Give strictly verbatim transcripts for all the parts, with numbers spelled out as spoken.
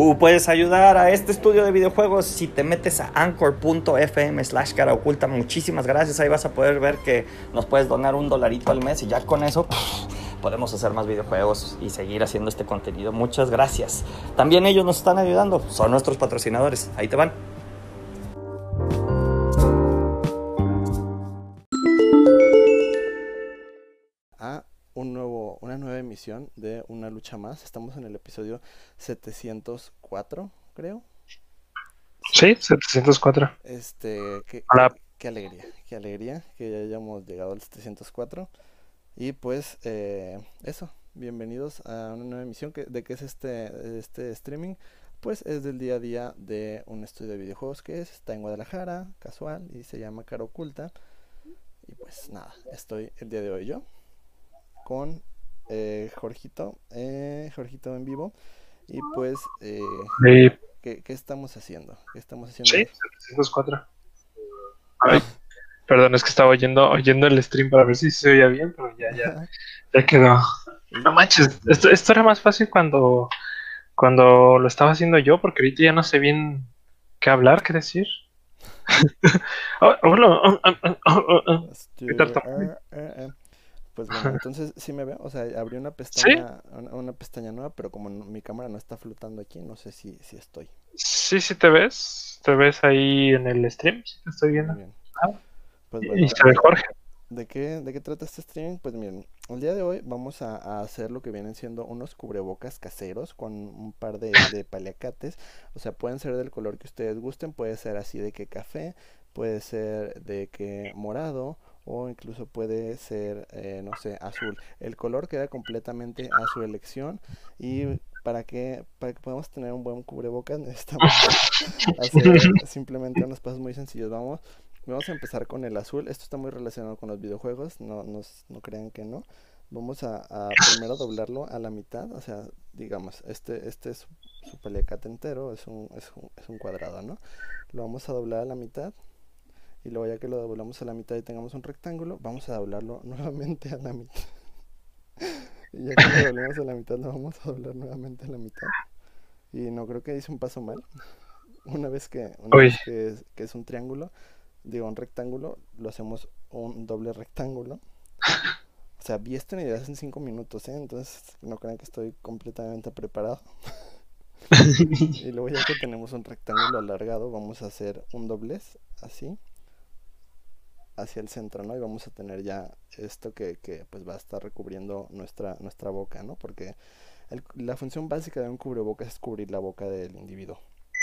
Tú puedes ayudar a este estudio de videojuegos si te metes a anchor.fm slash cara oculta. Muchísimas gracias. Ahí vas a poder ver que nos puedes donar un dolarito al mes y ya con eso podemos hacer más videojuegos y seguir haciendo este contenido. Muchas gracias. También ellos nos están ayudando. Son nuestros patrocinadores. Ahí te van. A un nuevo, una nueva emisión de Una Lucha Más. Estamos en el episodio setecientos cuatro, creo. Sí, setecientos cuatro. Este, qué, Hola. qué, qué alegría, qué alegría que ya hayamos llegado al setecientos cuatro. Y pues, eh, eso, bienvenidos a una nueva emisión. Que, ¿De qué es este, este streaming? Pues es del día a día de un estudio de videojuegos que es, está en Guadalajara, casual, y se llama Cara Oculta. Y pues nada, estoy el día de hoy yo con eh, Jorgito, eh, Jorgito en vivo. Y pues, eh, Sí, ¿qué, qué estamos haciendo? ¿Qué estamos haciendo? sí, setecientos cuatro. Ay, perdón, es que estaba oyendo, oyendo el stream para ver si se oía bien, pero ya, ya, ya quedó. No manches, esto, esto era más fácil cuando, cuando lo estaba haciendo yo, porque ahorita ya no sé bien qué hablar, qué decir. Oh, hola, oh, oh, oh, oh, oh. ¿Qué tal, Tom? Eh, eh, eh. Pues bueno, entonces sí me veo, o sea, abrí una Sí, pestaña, una, una pestaña nueva, pero como no- mi cámara no está flotando aquí, no sé si, si estoy. sí, sí te ves, te ves ahí en el stream, sí te estoy Muy viendo. bien. Ah, Pues y bueno, se ve ¿de, Jorge. de qué, de qué trata este streaming? Pues miren, el día de hoy vamos a, a hacer lo que vienen siendo unos cubrebocas caseros con un par de, de paliacates. O sea, pueden ser del color que ustedes gusten, puede ser así de que café, puede ser de que morado o incluso puede ser, eh, no sé, azul. El color queda completamente a su elección y para que, para que podamos tener un buen cubrebocas necesitamos hacer simplemente unos pasos muy sencillos. Vamos Vamos a empezar con el azul. Esto está muy relacionado con los videojuegos, no, nos- no crean que no. Vamos a, a primero doblarlo a la mitad, o sea, digamos, este, este es su, su paliacate entero, es un, es un, es un cuadrado, ¿no? Lo vamos a doblar a la mitad y luego ya que lo doblamos a la mitad y tengamos un rectángulo, vamos a doblarlo nuevamente a la mitad. Y ya que lo doblemos a la mitad, lo vamos a doblar nuevamente a la mitad. Y no creo que hice un paso mal. Una vez que, una Uy, vez que es, que es un triángulo, digo un rectángulo, lo hacemos un doble rectángulo. O sea, vi esto en ideas en cinco minutos, ¿eh? Entonces no crean que estoy completamente preparado. Y luego ya que tenemos un rectángulo alargado, vamos a hacer un doblez, así, hacia el centro, ¿no? Y vamos a tener ya esto que, que pues va a estar recubriendo nuestra, nuestra boca, ¿no? Porque el- la función básica de un cubrebocas es cubrir la boca del individuo.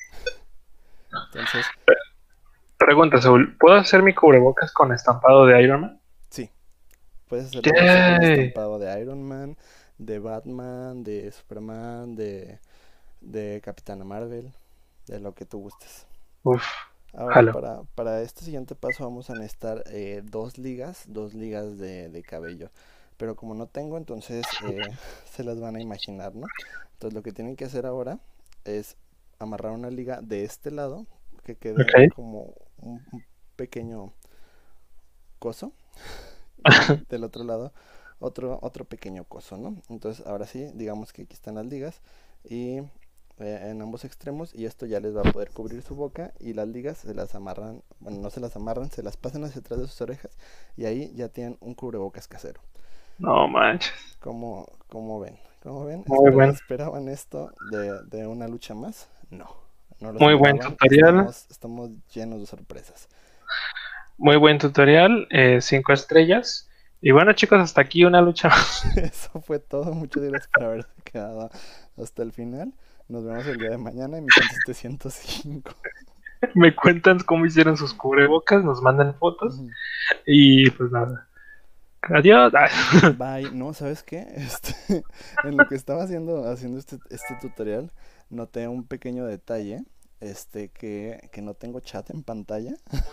Entonces, pregunta, Saúl, ¿puedo hacer mi cubrebocas con estampado de Iron Man? sí, puedes hacerle un, es- un Yay. estampado de Iron Man, de Batman, de Superman, de, de Capitana Marvel, de lo que tú gustes. Uf, Ahora, jalo. para, para este siguiente paso vamos a necesitar eh, dos ligas, dos ligas de, de cabello. Pero como no tengo, entonces eh, se las van a imaginar, ¿no? Entonces lo que tienen que hacer ahora es amarrar una liga de este lado, que quede Ok. como un, un pequeño coso, y del otro lado otro, otro pequeño coso, ¿no? Entonces ahora sí, digamos que aquí están las ligas y eh, en ambos extremos y esto ya les va a poder cubrir su boca y las ligas se las amarran, bueno, no se las amarran, se las pasan hacia atrás de sus orejas y ahí ya tienen un cubrebocas casero. No manches. ¿Cómo, cómo ven? ¿Cómo ven? Muy ¿Esper- buen, ¿Esperaban esto de, de una lucha más? No, no lo muy buen esperaban. tutorial. Estamos, estamos llenos de sorpresas. Muy buen tutorial. Eh, cinco estrellas. Y bueno, chicos, hasta aquí una lucha más. Eso fue todo. Muchas gracias por haberse quedado hasta el final. Nos vemos el día de mañana, emisión setecientos cinco. Me cuentan cómo hicieron sus cubrebocas, nos mandan fotos. Ujú. Y pues nada. Adiós. Bye. No, ¿sabes qué? Este, en lo que estaba haciendo, haciendo este, este tutorial, noté un pequeño detalle. Este, que, que no tengo chat en pantalla.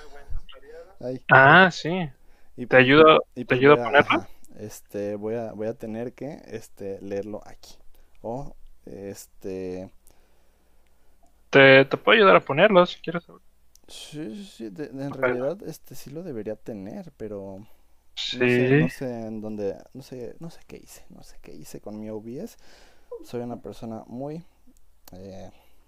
Ay. Ah, sí. Y, Te y, ayudo, y te pues ayudo voy a a, ponerlo. ajá, este, voy a, voy a tener que, este, leerlo aquí. O, este, Te, te puedo ayudar a ponerlo si quieres. sí, sí, sí, de- de- en Papel. realidad, este sí lo debería tener, pero no sé, Sí. no sé en dónde, no sé, no sé qué hice, no sé qué hice con mi O B S. Soy una persona muy, eh,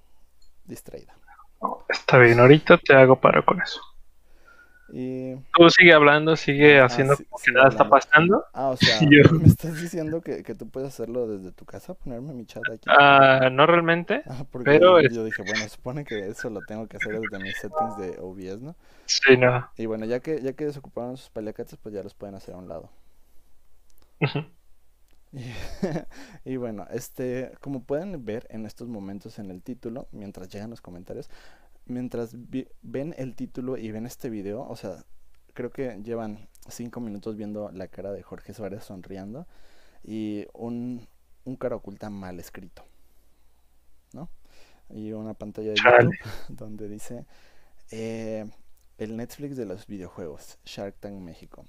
distraída. Está bien, ahorita te hago paro con eso. Y... Tú sigue hablando, sigue ah, haciendo sí, como que sigo nada está hablando. pasando. Ah, o sea, Y yo, ¿me estás diciendo que, que tú puedes hacerlo desde tu casa? Ponerme mi chat aquí. ah, no realmente, Ah, porque pero yo este, dije, bueno, se supone que eso lo tengo que hacer desde mis settings de O B S, ¿no? sí, no. Y bueno, ya que ya que desocuparon sus paliacates, pues ya los pueden hacer a un lado. Ujú. Y, y bueno, este, como pueden ver en estos momentos en el título, mientras llegan los comentarios, mientras vi- ven el título y ven este video, o sea, creo que llevan cinco minutos viendo la cara de Jorge Suárez sonriendo y un, un cara oculta mal escrito, ¿no? Y una pantalla de Chale. YouTube donde dice eh, el Netflix de los videojuegos, Shark Tank México.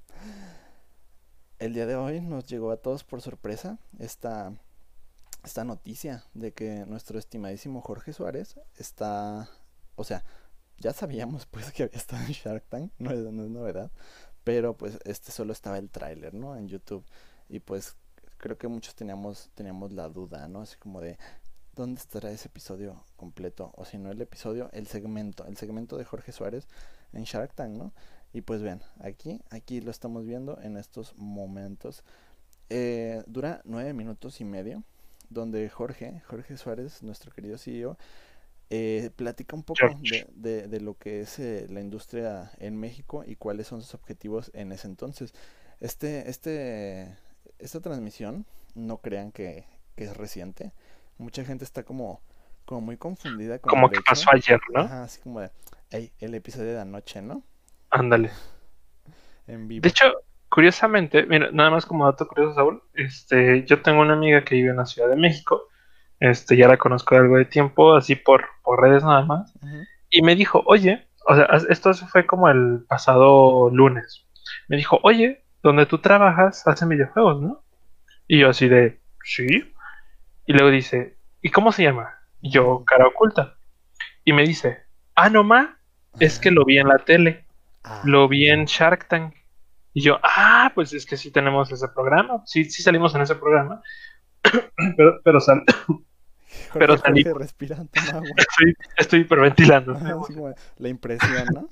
El día de hoy nos llegó a todos por sorpresa esta, esta noticia de que nuestro estimadísimo Jorge Suárez está, o sea, ya sabíamos pues que había estado en Shark Tank, no es, no es novedad, pero pues este solo estaba el tráiler, ¿no? En YouTube. Y pues creo que muchos teníamos, teníamos la duda, ¿no? Así como de, ¿dónde estará ese episodio completo? O si no el episodio, el segmento, el segmento de Jorge Suárez en Shark Tank, ¿no? Y pues vean, aquí, aquí lo estamos viendo en estos momentos. Eh, dura nueve minutos y medio, donde Jorge, Jorge Suárez, nuestro querido C E O, eh, platica un poco George. de, de, de lo que es eh, la industria en México y cuáles son sus objetivos en ese entonces. Este, este, esta transmisión, no crean que, que es reciente. Mucha gente está como, como muy confundida con Como el que hecho. pasó ayer, ¿no? Ajá, así como de, hey, el episodio de anoche, ¿no? Ándale. En De vivo. hecho, curiosamente, mira, nada más como dato curioso, Saúl, este, yo tengo una amiga que vive en la Ciudad de México, este, ya la conozco de algo de tiempo, así por, por redes nada más, Ujú. y me dijo, oye, o sea, esto fue como el pasado lunes, me dijo, oye, donde tú trabajas hacen videojuegos, ¿no? Y yo así de, sí, y luego dice, ¿y cómo se llama? Y yo, cara oculta, y me dice, ah, no ma, es que lo vi en la tele, Ah, lo vi en Shark Tank. Y yo, ah, pues es que sí tenemos ese programa, sí, sí salimos en ese programa, pero, pero, sal- pero Jorge, salí, Jorge, respira, toma agua. estoy, estoy hiperventilando, estoy Así emocionado. como la impresión, ¿no?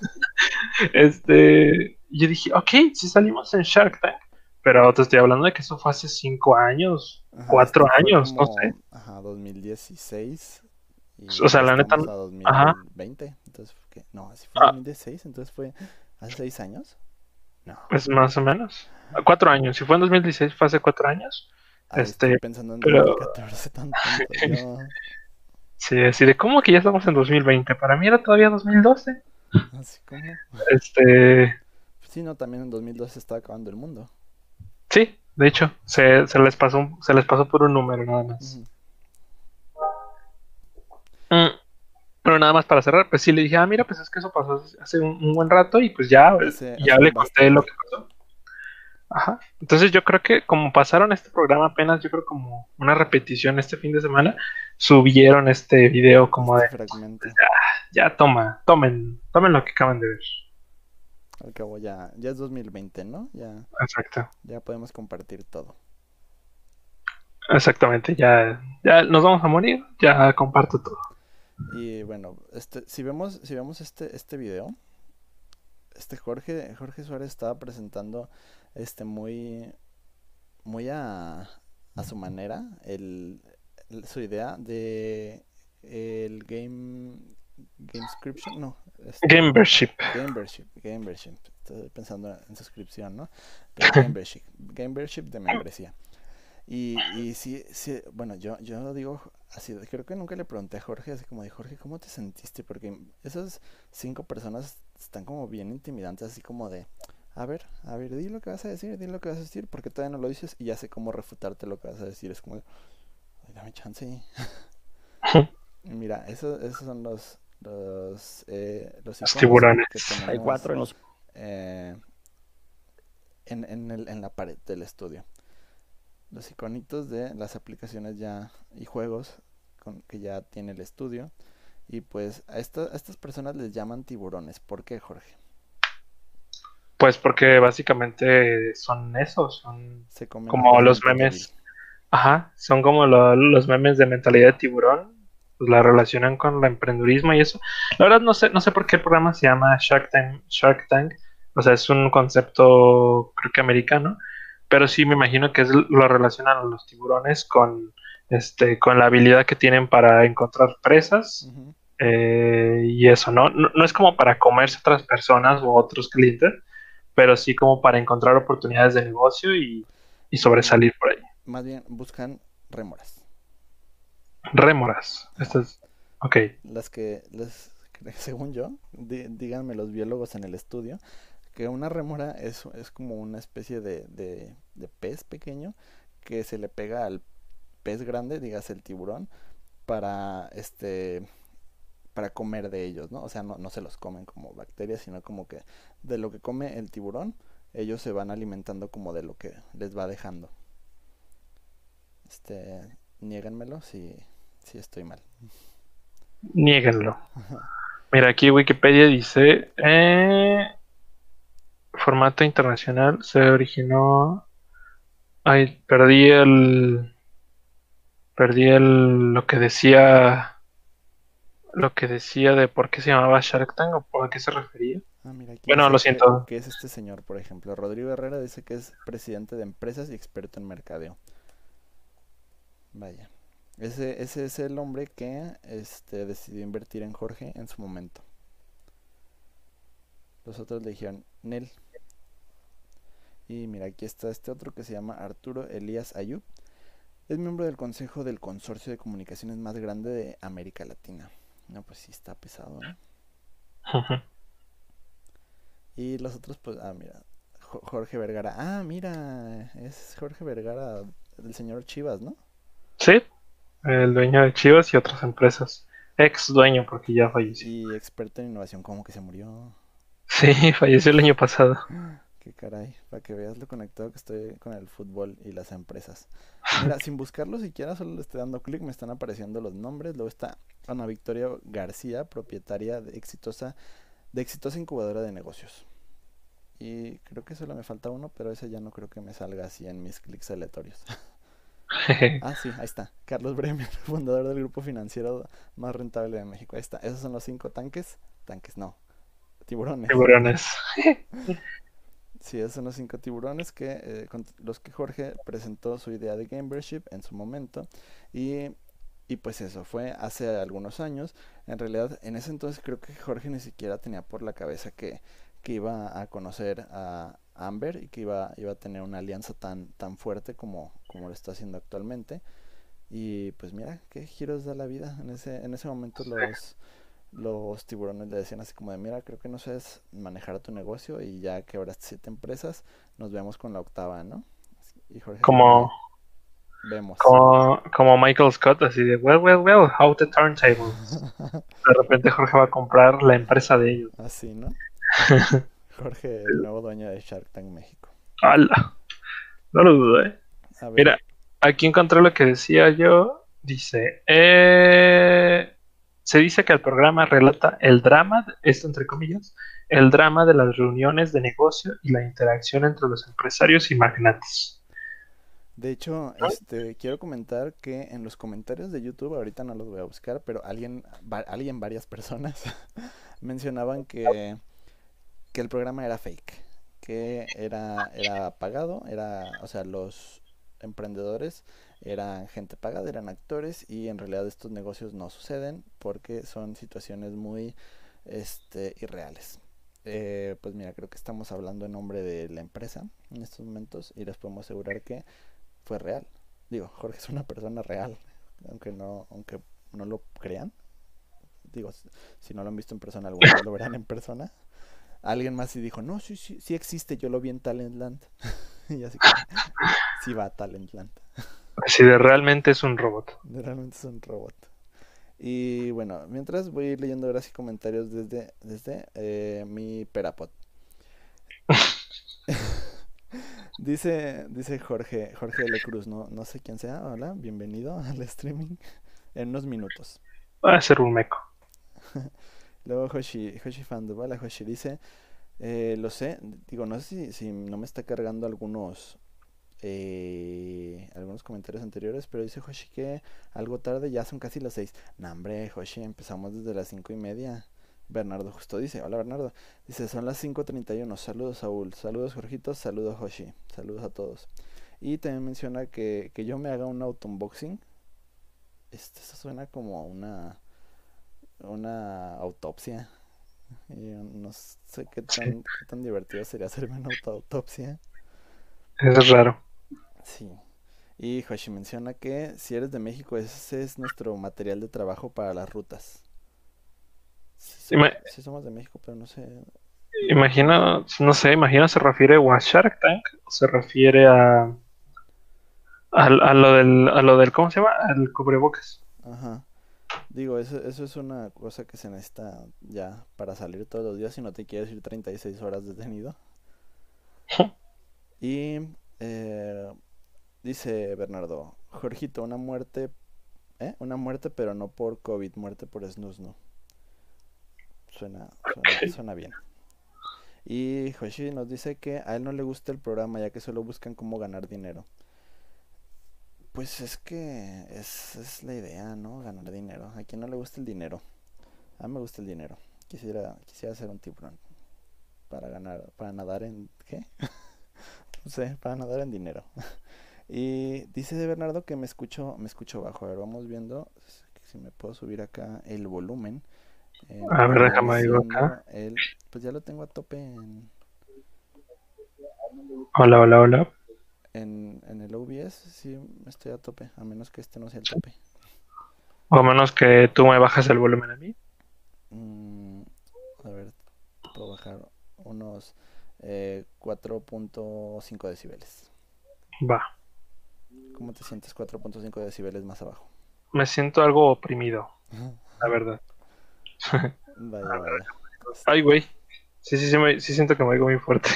Este, yo dije, ok, sí salimos en Shark Tank, pero te estoy hablando de que eso fue hace cinco años, Ajá, cuatro esto fue años, no sé. como, ajá, dos mil dieciséis O y sea, ya la neta, estamos a ajá, dos mil veinte. Entonces, ¿qué? No, así fue en ah, dos mil dieciséis, entonces fue hace seis años. No, pues más o menos. Cuatro años, si fue en dos mil dieciséis fue hace cuatro años. ahí estoy Este, pensando en pero dos mil catorce, tan tonto yo. sí, así de cómo que ya estamos en dos mil veinte. Para mí era todavía dos mil doce. Así como. Este, Sí, no, también en dos mil doce estaba acabando el mundo. sí, de hecho, se, se les pasó, un- se les pasó por un número nada más. Ujú. Mm, pero nada más para cerrar, pues sí le dije, ah, mira, pues es que eso pasó hace un, un buen rato y pues ya, eh, Hace, ya hace le conté lo bastante. que pasó. Ajá. Entonces yo creo que como pasaron este programa apenas, yo creo como una repetición este fin de semana, subieron este video como de, Este fragmento. ya toma, tomen, tomen lo que acaban de ver. Al cabo ya, ya es dos mil veinte, ¿no? Ya, Exacto, ya podemos compartir todo. exactamente, ya, ya nos vamos a morir, ya comparto todo. Y bueno, este, si vemos, si vemos este, este video, este Jorge, Jorge Suárez estaba presentando este muy, muy a, a su manera el, el- su idea de el game gamescription, no, este Gamership. gamership, gamership. Estoy pensando en suscripción, ¿no? Pero gamership, gamership de membresía. Y, y sí, sí, bueno, yo, yo digo así, creo que nunca le pregunté a Jorge, así como de Jorge, ¿cómo te sentiste? Porque esas cinco personas están como bien intimidantes, así como de, a ver, a ver, di lo que vas a decir, di lo que vas a decir, porque todavía no lo dices y ya sé cómo refutarte lo que vas a decir. Es como de, "Ay, dame chance". Y mira, eso, esos son los, los, eh, los Los iconos que tiburones. Hay tenemos cuatro en los... eh, en, en, el, en la pared del estudio. Los iconitos de las aplicaciones ya y juegos con, que ya tiene el estudio. Y pues a, esta, a estas personas les llaman tiburones. ¿Por qué, Jorge? Pues porque básicamente son esos, son Se comen a la como los gente débil. memes, ajá, son como lo- los memes de mentalidad de tiburón, pues, la relacionan con el emprendurismo y eso. La verdad no sé, no sé por qué el programa se llama Shark Tank, Shark Tank. O sea, es un concepto creo que americano, pero sí me imagino que es, lo relacionan a los tiburones con este, con la habilidad que tienen para encontrar presas Ujú. eh, y eso, ¿no? ¿no? No es como para comerse a otras personas o otros clientes, pero sí como para encontrar oportunidades de negocio y, y Mm, sobresalir por ahí. más bien buscan rémoras. Rémoras. Ajá. Esto es. Ok. Las que, les, según yo, di- díganme los biólogos en el estudio, que una rémora es, es como una especie de, de, de pez pequeño que se le pega al pez grande, digas el tiburón, para este para comer de ellos, ¿no? O sea, no, no se los comen como bacterias, sino como que de lo que come el tiburón, ellos se van alimentando como de lo que les va dejando. Este, niéganmelo si, si estoy mal. Niéguenlo. Mira, aquí Wikipedia dice: eh, formato internacional se originó. Ay, perdí el. Perdí el. Lo que decía. Lo que decía de por qué se llamaba Shark Tank o por qué se refería. Ah, mira, aquí Bueno, dice lo que, siento. que es este señor, por ejemplo. Rodrigo Herrera dice que es presidente de empresas y experto en mercadeo. Vaya. Ese, ese es el hombre que este, decidió invertir en Jorge en su momento. Los otros le dijeron, Nel. Y mira, aquí está este otro que se llama Arturo Elías Ayub. Es miembro del consejo del consorcio de comunicaciones más grande de América Latina. No, pues sí está pesado, ¿eh? Y los otros, pues, ah, mira, Jorge Vergara. Ah, mira, es Jorge Vergara, el señor Chivas, ¿no? Sí, el dueño de Chivas y otras empresas. Ex dueño, porque ya falleció. Y experto en innovación, como que se murió. Sí, falleció el año pasado. Qué caray, para que veas lo conectado que estoy con el fútbol y las empresas. Mira, sin buscarlo siquiera, solo le estoy dando clic, me están apareciendo los nombres. Luego está Ana Victoria García, propietaria de exitosa, de exitosa incubadora de negocios. Y creo que solo me falta uno, pero ese ya no creo que me salga así en mis clics aleatorios. Ah, sí, ahí está. Carlos Bremer, fundador del grupo financiero más rentable de México. Ahí está. Esos son los cinco tanques. Tanques, no. Tiburones. Tiburones. Sí, esos son los cinco tiburones que eh, con los que Jorge presentó su idea de Gamership en su momento. Y, y pues eso, fue hace algunos años. En realidad, en ese entonces creo que Jorge ni siquiera tenía por la cabeza que, que iba a conocer a Amber y que iba, iba a tener una alianza tan, tan fuerte como, como lo está haciendo actualmente. Y pues mira, qué giros da la vida. En ese, en ese momento los, los tiburones le decían así como de, mira, creo que no sabes manejar tu negocio y ya quebraste siete empresas, nos vemos con la octava, ¿no? Y Jorge así como Como, de, vemos. como, como Michael Scott, así de, well, well, well, how the turntables. De repente Jorge va a comprar la empresa de ellos. Así, ¿no? Jorge, el nuevo dueño de Shark Tank México. ¡Hala! No lo dudo, ¿eh? A ver, Mira, aquí encontré lo que decía yo. Dice, eh, se dice que el programa relata el drama, esto entre comillas, el drama de las reuniones de negocio y la interacción entre los empresarios y magnates. de hecho, este, quiero comentar que en los comentarios de YouTube, ahorita no los voy a buscar, pero alguien, va- alguien, varias personas mencionaban que, que el programa era fake, que era, era pagado, era, o sea, los emprendedores eran gente pagada, eran actores y en realidad estos negocios no suceden porque son situaciones muy este, irreales. Eh, pues mira, creo que estamos hablando en nombre de la empresa en estos momentos y les podemos asegurar que fue real. Digo, Jorge es una persona real, aunque no, aunque no lo crean. Digo, si no lo han visto en persona, alguna vez lo verán en persona. Alguien más y dijo, no, sí, sí, sí existe, yo lo vi en Talentland. Y así como, sí va a Talentland. Así de realmente es un robot. Realmente es un robot. Y bueno, mientras voy a ir leyendo ahora sí comentarios desde, desde eh, mi Perapod. Dice, dice Jorge, Jorge L. Cruz, no, no sé quién sea, hola, bienvenido al streaming en unos minutos. Va a ser un meco. Luego Hoshi, Hoshi Fandu, hola Hoshi, dice, eh, lo sé, digo, no sé si, si no me está cargando algunos eh, algunos comentarios anteriores, pero dice Hoshi que algo tarde, ya son casi las seis. No, hombre, Hoshi, empezamos desde las cinco y media. Bernardo justo dice, hola Bernardo, dice, son las cinco treinta y uno, saludos Saúl, saludos Jorgitos, saludos Hoshi, saludos a todos. Y también menciona que, que yo me haga un auto unboxing. Este, eso suena como una, una autopsia. Y yo no sé qué Sí, tan, qué tan divertido sería hacerme una auto autopsia. es raro. Sí. Y Hoshi menciona que si eres de México, ese es nuestro material de trabajo para las rutas. Sí somos, Ima- sí somos de México, pero no sé. imagino, no sé, imagino se refiere o a Shark Tank o se refiere a, a, a lo del, a lo del, ¿cómo se llama? Al cubrebocas. Ajá. Digo, eso, eso es una cosa que se necesita ya para salir todos los días si no te quieres ir treinta y seis horas detenido. Y eh, dice Bernardo, Jorgito, una muerte, ¿eh? Una muerte, pero no por COVID, muerte por snusnu. Suena, suena, Ok. suena bien. Y Hoshi nos dice que a él no le gusta el programa ya que solo buscan cómo ganar dinero. Pues es que es, es la idea, ¿no? Ganar dinero. ¿A quién no le gusta el dinero? A mí me gusta el dinero. Quisiera, quisiera ser un tiburón para ganar, para nadar en, ¿qué? No sé, para nadar en dinero. Y dice de Bernardo que me escucho, me escucho bajo. A ver, vamos viendo si me puedo subir acá el volumen en A lo ver, que viene déjame digo acá. siendo el, pues ya lo tengo a tope en, Hola, hola, hola. en, en el O B S, sí estoy a tope, a menos que este no sea el tope. O a menos que tú me bajes el volumen a mí. Mm, a ver, puedo bajar unos eh, cuatro punto cinco decibeles. Va. ¿Cómo te sientes cuatro punto cinco decibeles más abajo? Me siento algo oprimido, la verdad. Vaya, vaya. Ay, güey. Sí, sí, sí, me- sí siento que me oigo muy fuerte.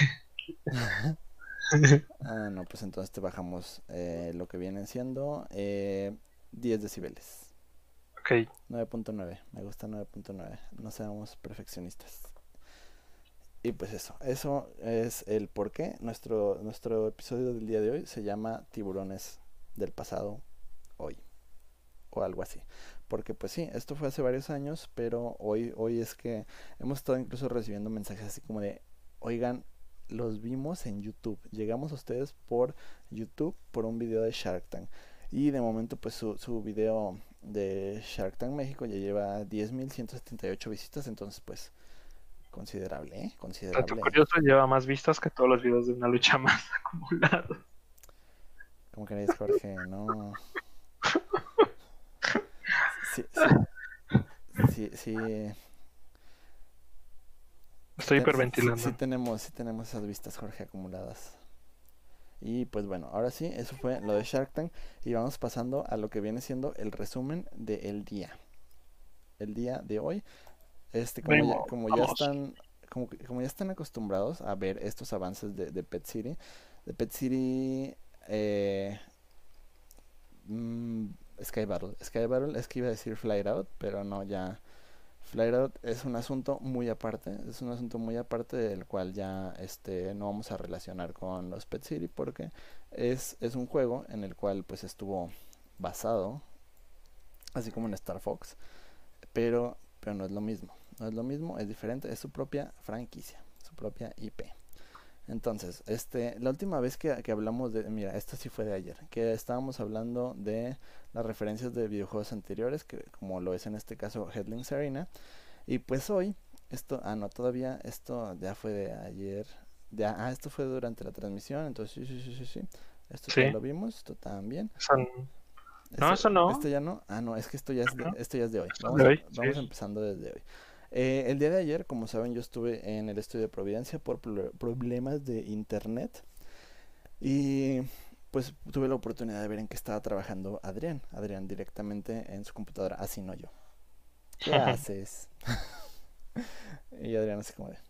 Ah, no, pues entonces te bajamos eh, lo que vienen siendo eh, diez decibeles. Ok. Nueve punto nueve, me gusta nueve punto nueve. No seamos perfeccionistas. Y pues eso, eso es el por qué nuestro, nuestro episodio del día de hoy se llama Tiburones del pasado hoy, o algo así. Porque pues sí, esto fue hace varios años, pero hoy, hoy es que hemos estado incluso recibiendo mensajes así como de, oigan, los vimos en YouTube, llegamos a ustedes por YouTube por un video de Shark Tank. Y de momento pues su, su video de Shark Tank México ya lleva diez mil ciento setenta y ocho visitas, entonces pues considerable, ¿eh? Dato Considerable. curioso, lleva más vistas que todos los videos de una lucha más acumulados. ¿Cómo crees, Jorge? No. Sí, sí, sí, sí, sí, Estoy te- sí, sí- sí hiperventilando. tenemos, sí tenemos esas vistas, Jorge, acumuladas. Y pues bueno, ahora sí, eso fue lo de Shark Tank. Y vamos pasando a lo que viene siendo el resumen del día. El día de hoy. Este, como ya, Vengo, como ya vamos. están, como, que- como ya están acostumbrados a ver estos avances de, de Pet City, de Pet City eh, mm, Sky Battle. Sky Battle es que iba a decir Flight Out, pero no, ya. Flight Out es un asunto muy aparte, es un asunto muy aparte del cual ya este no vamos a relacionar con los Pet City porque es, es un juego en el cual pues estuvo basado, así como en Star Fox, pero, pero no es lo mismo, no es lo mismo, es diferente, es su propia franquicia, su propia I P. Entonces, este, la última vez que, que hablamos de, mira, esto sí fue de ayer, que estábamos hablando de las referencias de videojuegos anteriores, que como lo es en este caso Headlings Arena, y pues hoy, esto, ah no, todavía esto ya fue de ayer, ya, ah, esto fue durante la transmisión, entonces sí, sí, sí, sí, sí, esto ya Sí. lo vimos, esto también, Son... No, esto, eso no. esto ya no, ah no, es que esto ya es de, No, esto ya es de hoy, son de vamos, a, hoy. Sí. vamos empezando desde hoy. Eh, el día de ayer, como saben, yo estuve en el estudio de Providencia por pro- problemas de internet y pues tuve la oportunidad de ver en qué estaba trabajando Adrián, Adrián directamente en su computadora, así no yo. ¿Qué haces? Y Adrián así como de,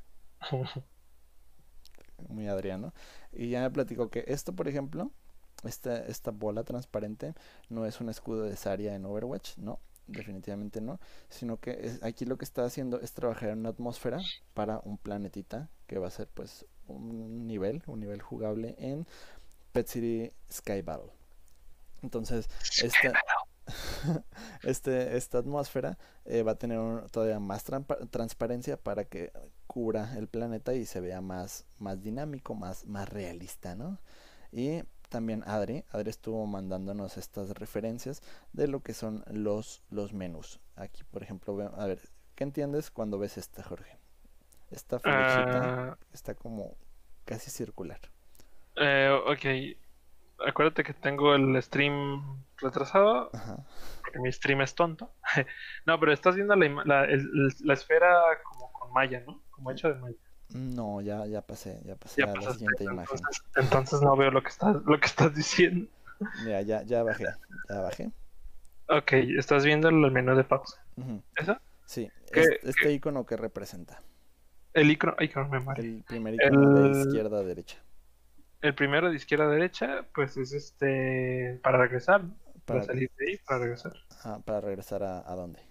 muy Adriano. Y ya me platicó que esto, por ejemplo, esta, esta bola transparente no es un escudo de Zarya en Overwatch, no, definitivamente no, sino que es, aquí lo que está haciendo es trabajar en una atmósfera para un planetita que va a ser pues un nivel, un nivel jugable en Pet City Sky Battle. Entonces, esta, este, esta atmósfera eh, va a tener un, todavía más trampa- transparencia para que cubra el planeta y se vea más, más dinámico, más, más realista, ¿no? Y también Adri, Adri estuvo mandándonos estas referencias de lo que son los, los menús. Aquí, por ejemplo, ve- a ver, ¿qué entiendes cuando ves esta, Jorge? Esta flechita Ah, está como casi circular. eh, ok, acuérdate que tengo el stream retrasado, Ajá. porque mi stream es tonto. No, pero estás viendo la, ima- la, el- el- la esfera como con malla, ¿no? Como hecha de malla. No, ya, ya pasé, ya pasé Ya a la pasaste, siguiente imagen. entonces, entonces no veo lo que estás, lo que estás diciendo. Mira, ya, ya bajé, ya bajé. Ok, estás viendo el menú de pausa. Ujú. ¿Eso? Sí, ¿Qué, es- qué- este icono que representa. el icono, ay, cabrón, me mareé. El primer icono de El, izquierda a derecha. el primero de izquierda a derecha, pues es este para regresar, ¿no? Para Para, salir de ahí, para regresar. ah, para regresar a, a dónde.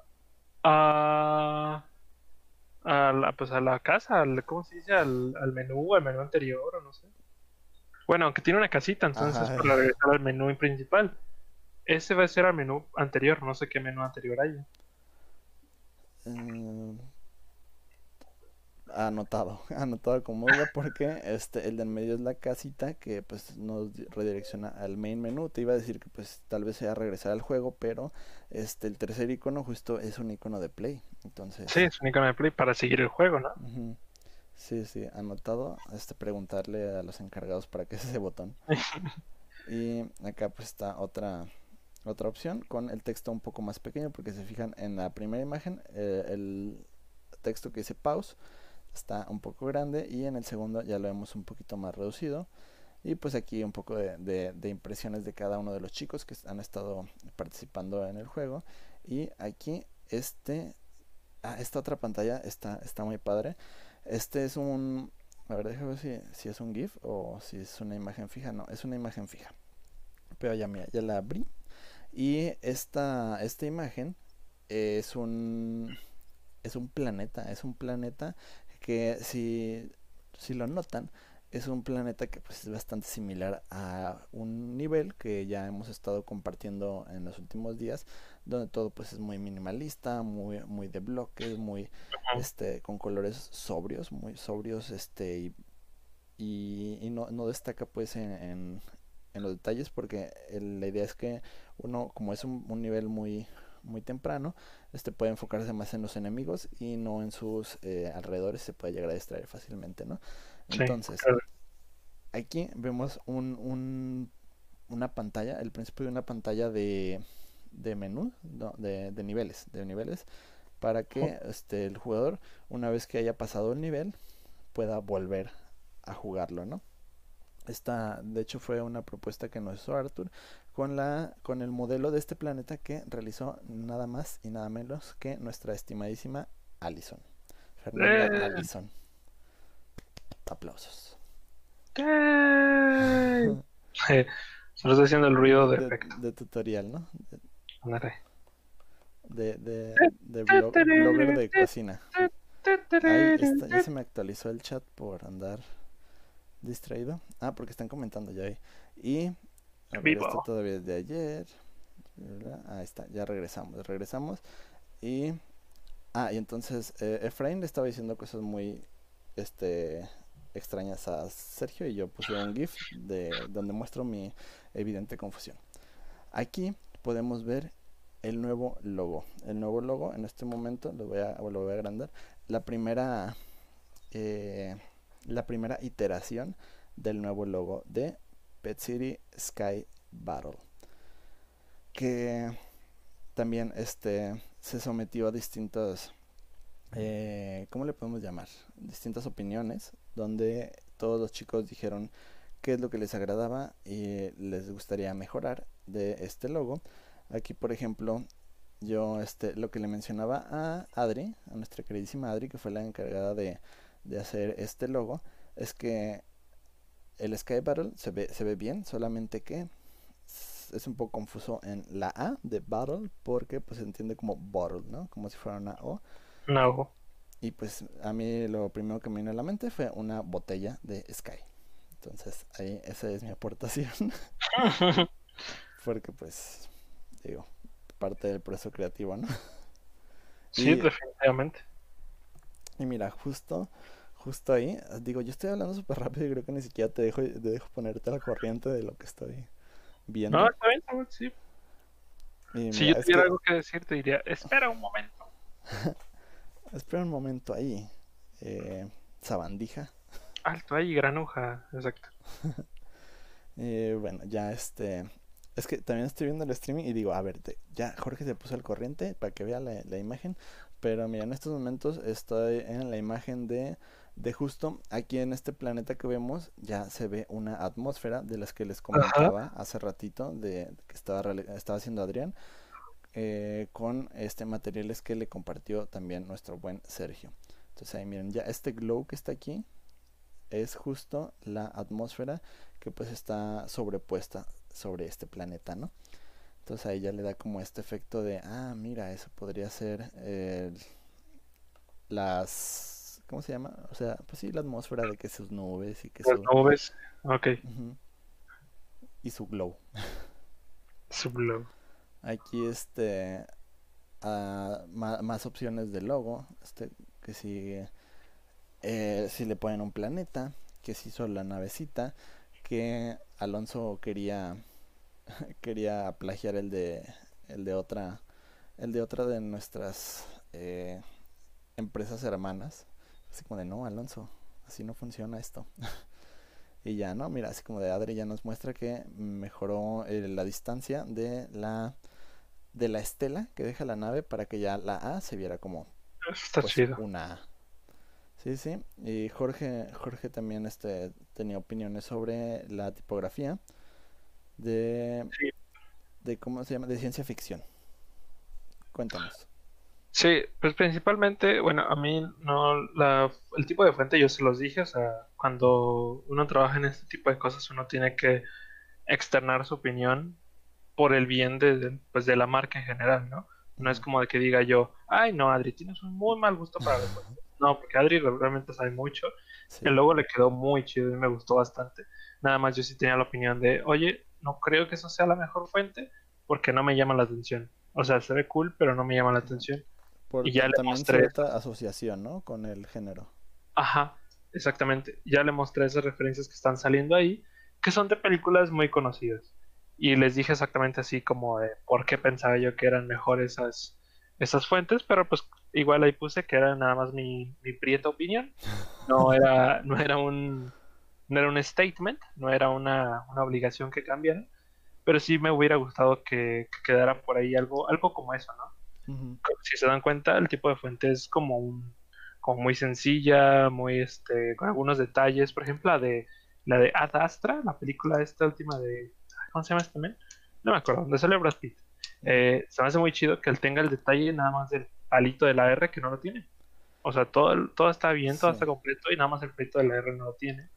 A, a la, pues a la casa, al, ¿cómo se dice? Al, al menú, al menú anterior, o no sé. Bueno, aunque tiene una casita, entonces es Ajá. para regresar al menú principal. Ese va a ser al menú anterior, no sé qué menú anterior hay. Eh, anotado, anotado como duda porque este, el de en medio es la casita que pues nos di- redirecciona al main menú. Te iba a decir que pues tal vez sea regresar al juego, pero este el tercer icono justo es un icono de play. Sí, Entonces, es un icono de play para seguir el juego, ¿no? ujú. Sí, sí, anotado, este preguntarle a los encargados para qué es ese botón. Y acá pues está otra otra opción con el texto un poco más pequeño porque se fijan en la primera imagen eh, el texto que dice pause está un poco grande y en el segundo ya lo vemos un poquito más reducido y pues aquí un poco de, de, de impresiones de cada uno de los chicos que han estado participando en el juego y aquí este ah, esta otra pantalla está, está muy padre. Este es un, a ver, déjame ver si, si es un GIF o si es una imagen fija. No, es una imagen fija, pero ya mira, ya la abrí y esta, esta imagen es un es un planeta, es un planeta que si, si lo notan, es un planeta que pues es bastante similar a un nivel que ya hemos estado compartiendo en los últimos días, donde todo pues es muy minimalista, muy, muy de bloques, muy este con colores sobrios, muy sobrios, este y, y, y no, no destaca pues en, en, en los detalles porque el, la idea es que uno como es un, un nivel muy muy temprano este puede enfocarse más en los enemigos y no en sus eh, alrededores, se puede llegar a distraer fácilmente, ¿no? Sí, Entonces claro. aquí vemos un, un una pantalla, el principio de una pantalla de de menú, no, de, de niveles de niveles para que este el jugador una vez que haya pasado el nivel pueda volver a jugarlo, ¿no? Esta, de hecho, fue una propuesta que nos hizo Arthur con la con el modelo de este planeta que realizó nada más y nada menos que nuestra estimadísima Allison. Fernanda Eh, Allison. Aplausos. eh, eh, Solo estoy haciendo el ruido De, de de, efecto. de tutorial, ¿no? Ándale. De, de, de blog, blogger de cocina. Ahí está, ya se me actualizó el chat por andar distraído. Ah, porque están comentando ya ahí. Y, a ver, esto Vivo. todavía es de ayer. Ahí está, ya regresamos, regresamos. Y, ah, y entonces eh, Efraín le estaba diciendo cosas muy, este, extrañas a Sergio y yo puse un GIF de donde muestro mi evidente confusión. Aquí podemos ver el nuevo logo. El nuevo logo en este momento lo voy a, lo voy a agrandar. La primera, eh, la primera iteración del nuevo logo de Pet City Sky Battle, que también este se sometió a distintas eh, ¿cómo le podemos llamar? Distintas opiniones donde todos los chicos dijeron qué es lo que les agradaba y les gustaría mejorar de este logo. Aquí por ejemplo yo este lo que le mencionaba a Adri, a nuestra queridísima Adri que fue la encargada de, de hacer este logo, es que el Sky Battle se ve, se ve bien, solamente que es un poco confuso en la A de Battle porque pues se entiende como bottle, ¿no? Como si fuera una O. No. Y pues a mí lo primero que me vino a la mente fue una botella de Sky. Entonces, ahí esa es mi aportación. Porque pues, digo, parte del proceso creativo, ¿no? Sí, Y, definitivamente. y mira, justo, justo ahí, digo, yo estoy hablando súper rápido y creo que ni siquiera te dejo, te dejo ponerte al corriente de lo que estoy No, viendo. está bien, está bien, sí. Y Si mira, yo es tuviera que, algo que decir, te diría, espera un momento. espera un momento ahí. Eh, sabandija. Alto ahí, granuja, exacto. Eh, bueno, ya este... Es que también estoy viendo el streaming y digo, a ver, te- ya Jorge se puso al corriente para que vea la, la imagen. Pero mira, en estos momentos estoy en la imagen de, de justo aquí en este planeta que vemos, ya se ve una atmósfera de las que les Ajá. comentaba hace ratito, de que estaba, reali- estaba haciendo Adrián, eh, con este materiales que le compartió también nuestro buen Sergio. Entonces ahí miren, ya este glow que está aquí es justo la atmósfera que pues está sobrepuesta sobre este planeta, ¿no? Entonces ahí ya le da como este efecto de, ah, mira, eso podría ser eh, las, ¿cómo se llama? O sea, pues sí, la atmósfera de que sus nubes y que Las su, nubes. Ok. ujú, y su glow. Sublo. Aquí este, ah, ma- más opciones de logo, este, que si, eh, si le ponen un planeta, que si hizo la navecita, que Alonso quería quería plagiar el de el de otra el de otra de nuestras eh, empresas hermanas, así como de no, Alonso, así no funciona esto. Y ya no, mira, así como de Adri ya nos muestra que mejoró eh, la distancia de la de la estela que deja la nave para que ya la A se viera como Eso está pues chido. una A. Sí, sí. Y Jorge Jorge también este tenía opiniones sobre la tipografía de Sí. de cómo se llama, de ciencia ficción. Cuéntanos. Sí, pues principalmente, bueno, a mí no, la, el tipo de fuente yo se los dije, o sea, cuando uno trabaja en este tipo de cosas uno tiene que externar su opinión por el bien de, de, pues de la marca en general, ¿no? No es Ujú. como de que diga yo, ay no, Adri, tienes un muy mal gusto para las fuentes. No, porque Adri realmente sabe mucho, el Sí, logo le quedó muy chido y me gustó bastante. Nada más yo sí tenía la opinión de, oye, no creo que eso sea la mejor fuente porque no me llama la atención. O sea, se ve cool, pero no me llama la atención. por Y ya ta- le también mostré eso. cierta asociación, ¿no? Con el género. Ajá, exactamente. Ya le mostré esas referencias que están saliendo ahí, que son de películas muy conocidas. Y les dije exactamente así como de por qué pensaba yo que eran mejores esas, esas fuentes, pero pues igual ahí puse que era nada más mi, mi prieta opinión. No era, no era un, no era un statement, no era una, una obligación que cambiara, pero sí me hubiera gustado que, que quedara por ahí algo, algo como eso, ¿no? Ujú. Si se dan cuenta, el tipo de fuente es como un, como muy sencilla, muy este, con algunos detalles. Por ejemplo, la de la de Ad Astra, la película esta última de, ¿cómo se llama esta también? No me acuerdo, donde sale Brad Pitt. Ujú. Eh, se me hace muy chido que él tenga el detalle nada más del palito de la R que no lo tiene. O sea, todo, el- todo está bien, todo Sí. está completo y nada más el palito de la R no lo tiene.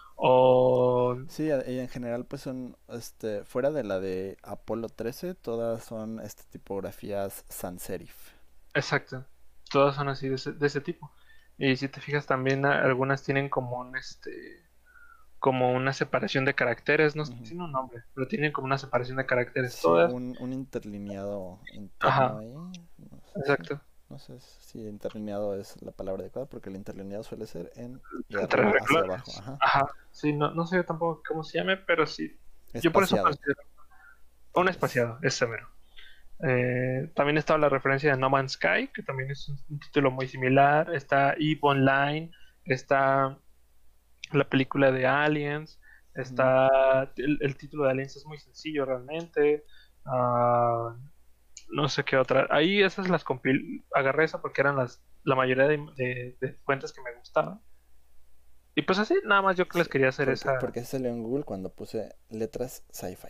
O Sí, a- y en general pues son, este, fuera de la de Apolo trece, todas son este tipografías sans serif. exacto. Todas son así de ese, de ese tipo. Y si te fijas también a- algunas tienen como un este como una separación de caracteres, no Ujú. tiene un nombre, pero tienen como una separación de caracteres Sí, todas. un, un interlineado interno Ajá, ahí. No sé, sí. exacto. No sé si interlineado es la palabra adecuada porque el interlineado suele ser en de Entre arriba hacia abajo. renglones. Ajá. Ajá, sí, no, no sé tampoco cómo se llame, pero sí. Yo por eso Espaciado, considero un tal vez. espaciado, es severo. Eh, también está la referencia de No Man's Sky, que también es un, un título muy similar. Está Eve Online, está la película de Aliens, Ujú. está el, el título de Aliens es muy sencillo realmente. Ah, no sé qué otra. Ahí esas las compil agarré esa porque eran las la mayoría de, de- de fuentes que me gustaban. Y pues así, nada más yo que Sí, les quería hacer porque, esa. porque salió en Google cuando puse letras sci-fi.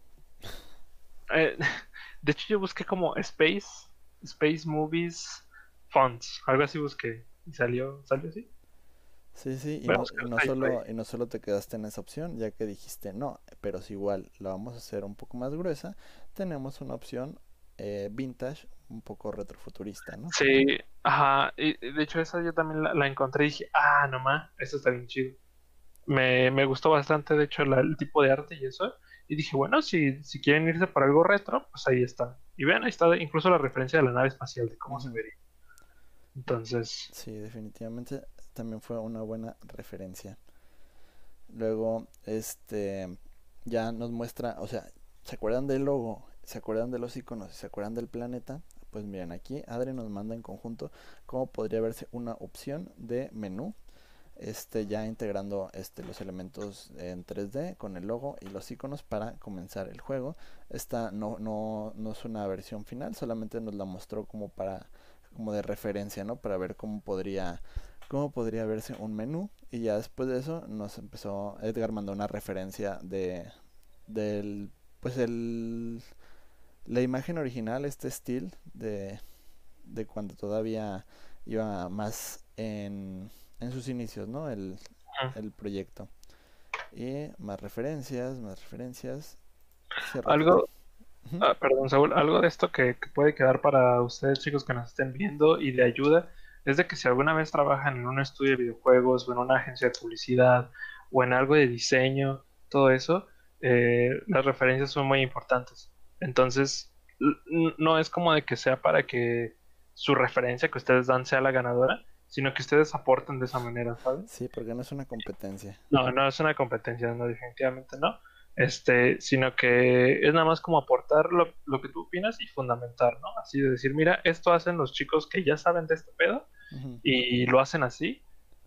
eh, de hecho, yo busqué como Space, Space Movies Fonts, algo así busqué. Y salió, salió así. Sí, sí, y Voy a no, buscar y no sci-fi. solo, y no solo te quedaste en esa opción, ya que dijiste no, pero si igual la vamos a hacer un poco más gruesa, tenemos una opción eh, vintage, un poco retrofuturista, ¿no? Sí, ajá. Y y de hecho, esa yo también la, la encontré y dije, ah, nomás, eso está bien chido. Me, me gustó bastante, de hecho, la- el tipo de arte y eso. Y dije, bueno, si, si quieren irse por algo retro, pues ahí está. Y vean, ahí está incluso la referencia de la nave espacial, de cómo se Ujú. vería. Entonces, Sí, definitivamente también fue una buena referencia. Luego, este, ya nos muestra, o sea, ¿se acuerdan del logo? ¿Se acuerdan de los iconos? ¿Se acuerdan del planeta? Pues miren, aquí Adri nos manda en conjunto cómo podría verse una opción de menú, este, ya integrando este, los elementos en tres D con el logo y los iconos para comenzar el juego. Esta no, no, no es una versión final, solamente nos la mostró como para, como de referencia, ¿no? Para ver cómo podría cómo podría verse un menú. Y ya después de eso nos empezó, Edgar mandó una referencia de del pues el la imagen original, este estilo de, de cuando todavía iba más en, en sus inicios, ¿no? El, ujú. el proyecto. Y más referencias, más referencias. Cierra tu té. Algo, Ujú. ah, perdón, Saúl, algo de esto que, que puede quedar para ustedes, chicos, que nos estén viendo y de ayuda, es de que si alguna vez trabajan en un estudio de videojuegos o en una agencia de publicidad o en algo de diseño, todo eso, eh, las referencias son muy importantes. Entonces, l- no es como de que sea para que su referencia que ustedes dan sea la ganadora, sino que ustedes aporten de esa manera, ¿sabes? Sí, porque no es una competencia. No, no es una competencia, no, definitivamente no. Este, sino que es nada más como aportar lo, lo que tú opinas y fundamentar, ¿no? Así de decir, mira, esto hacen los chicos que ya saben de este pedo Ujú. y lo hacen así.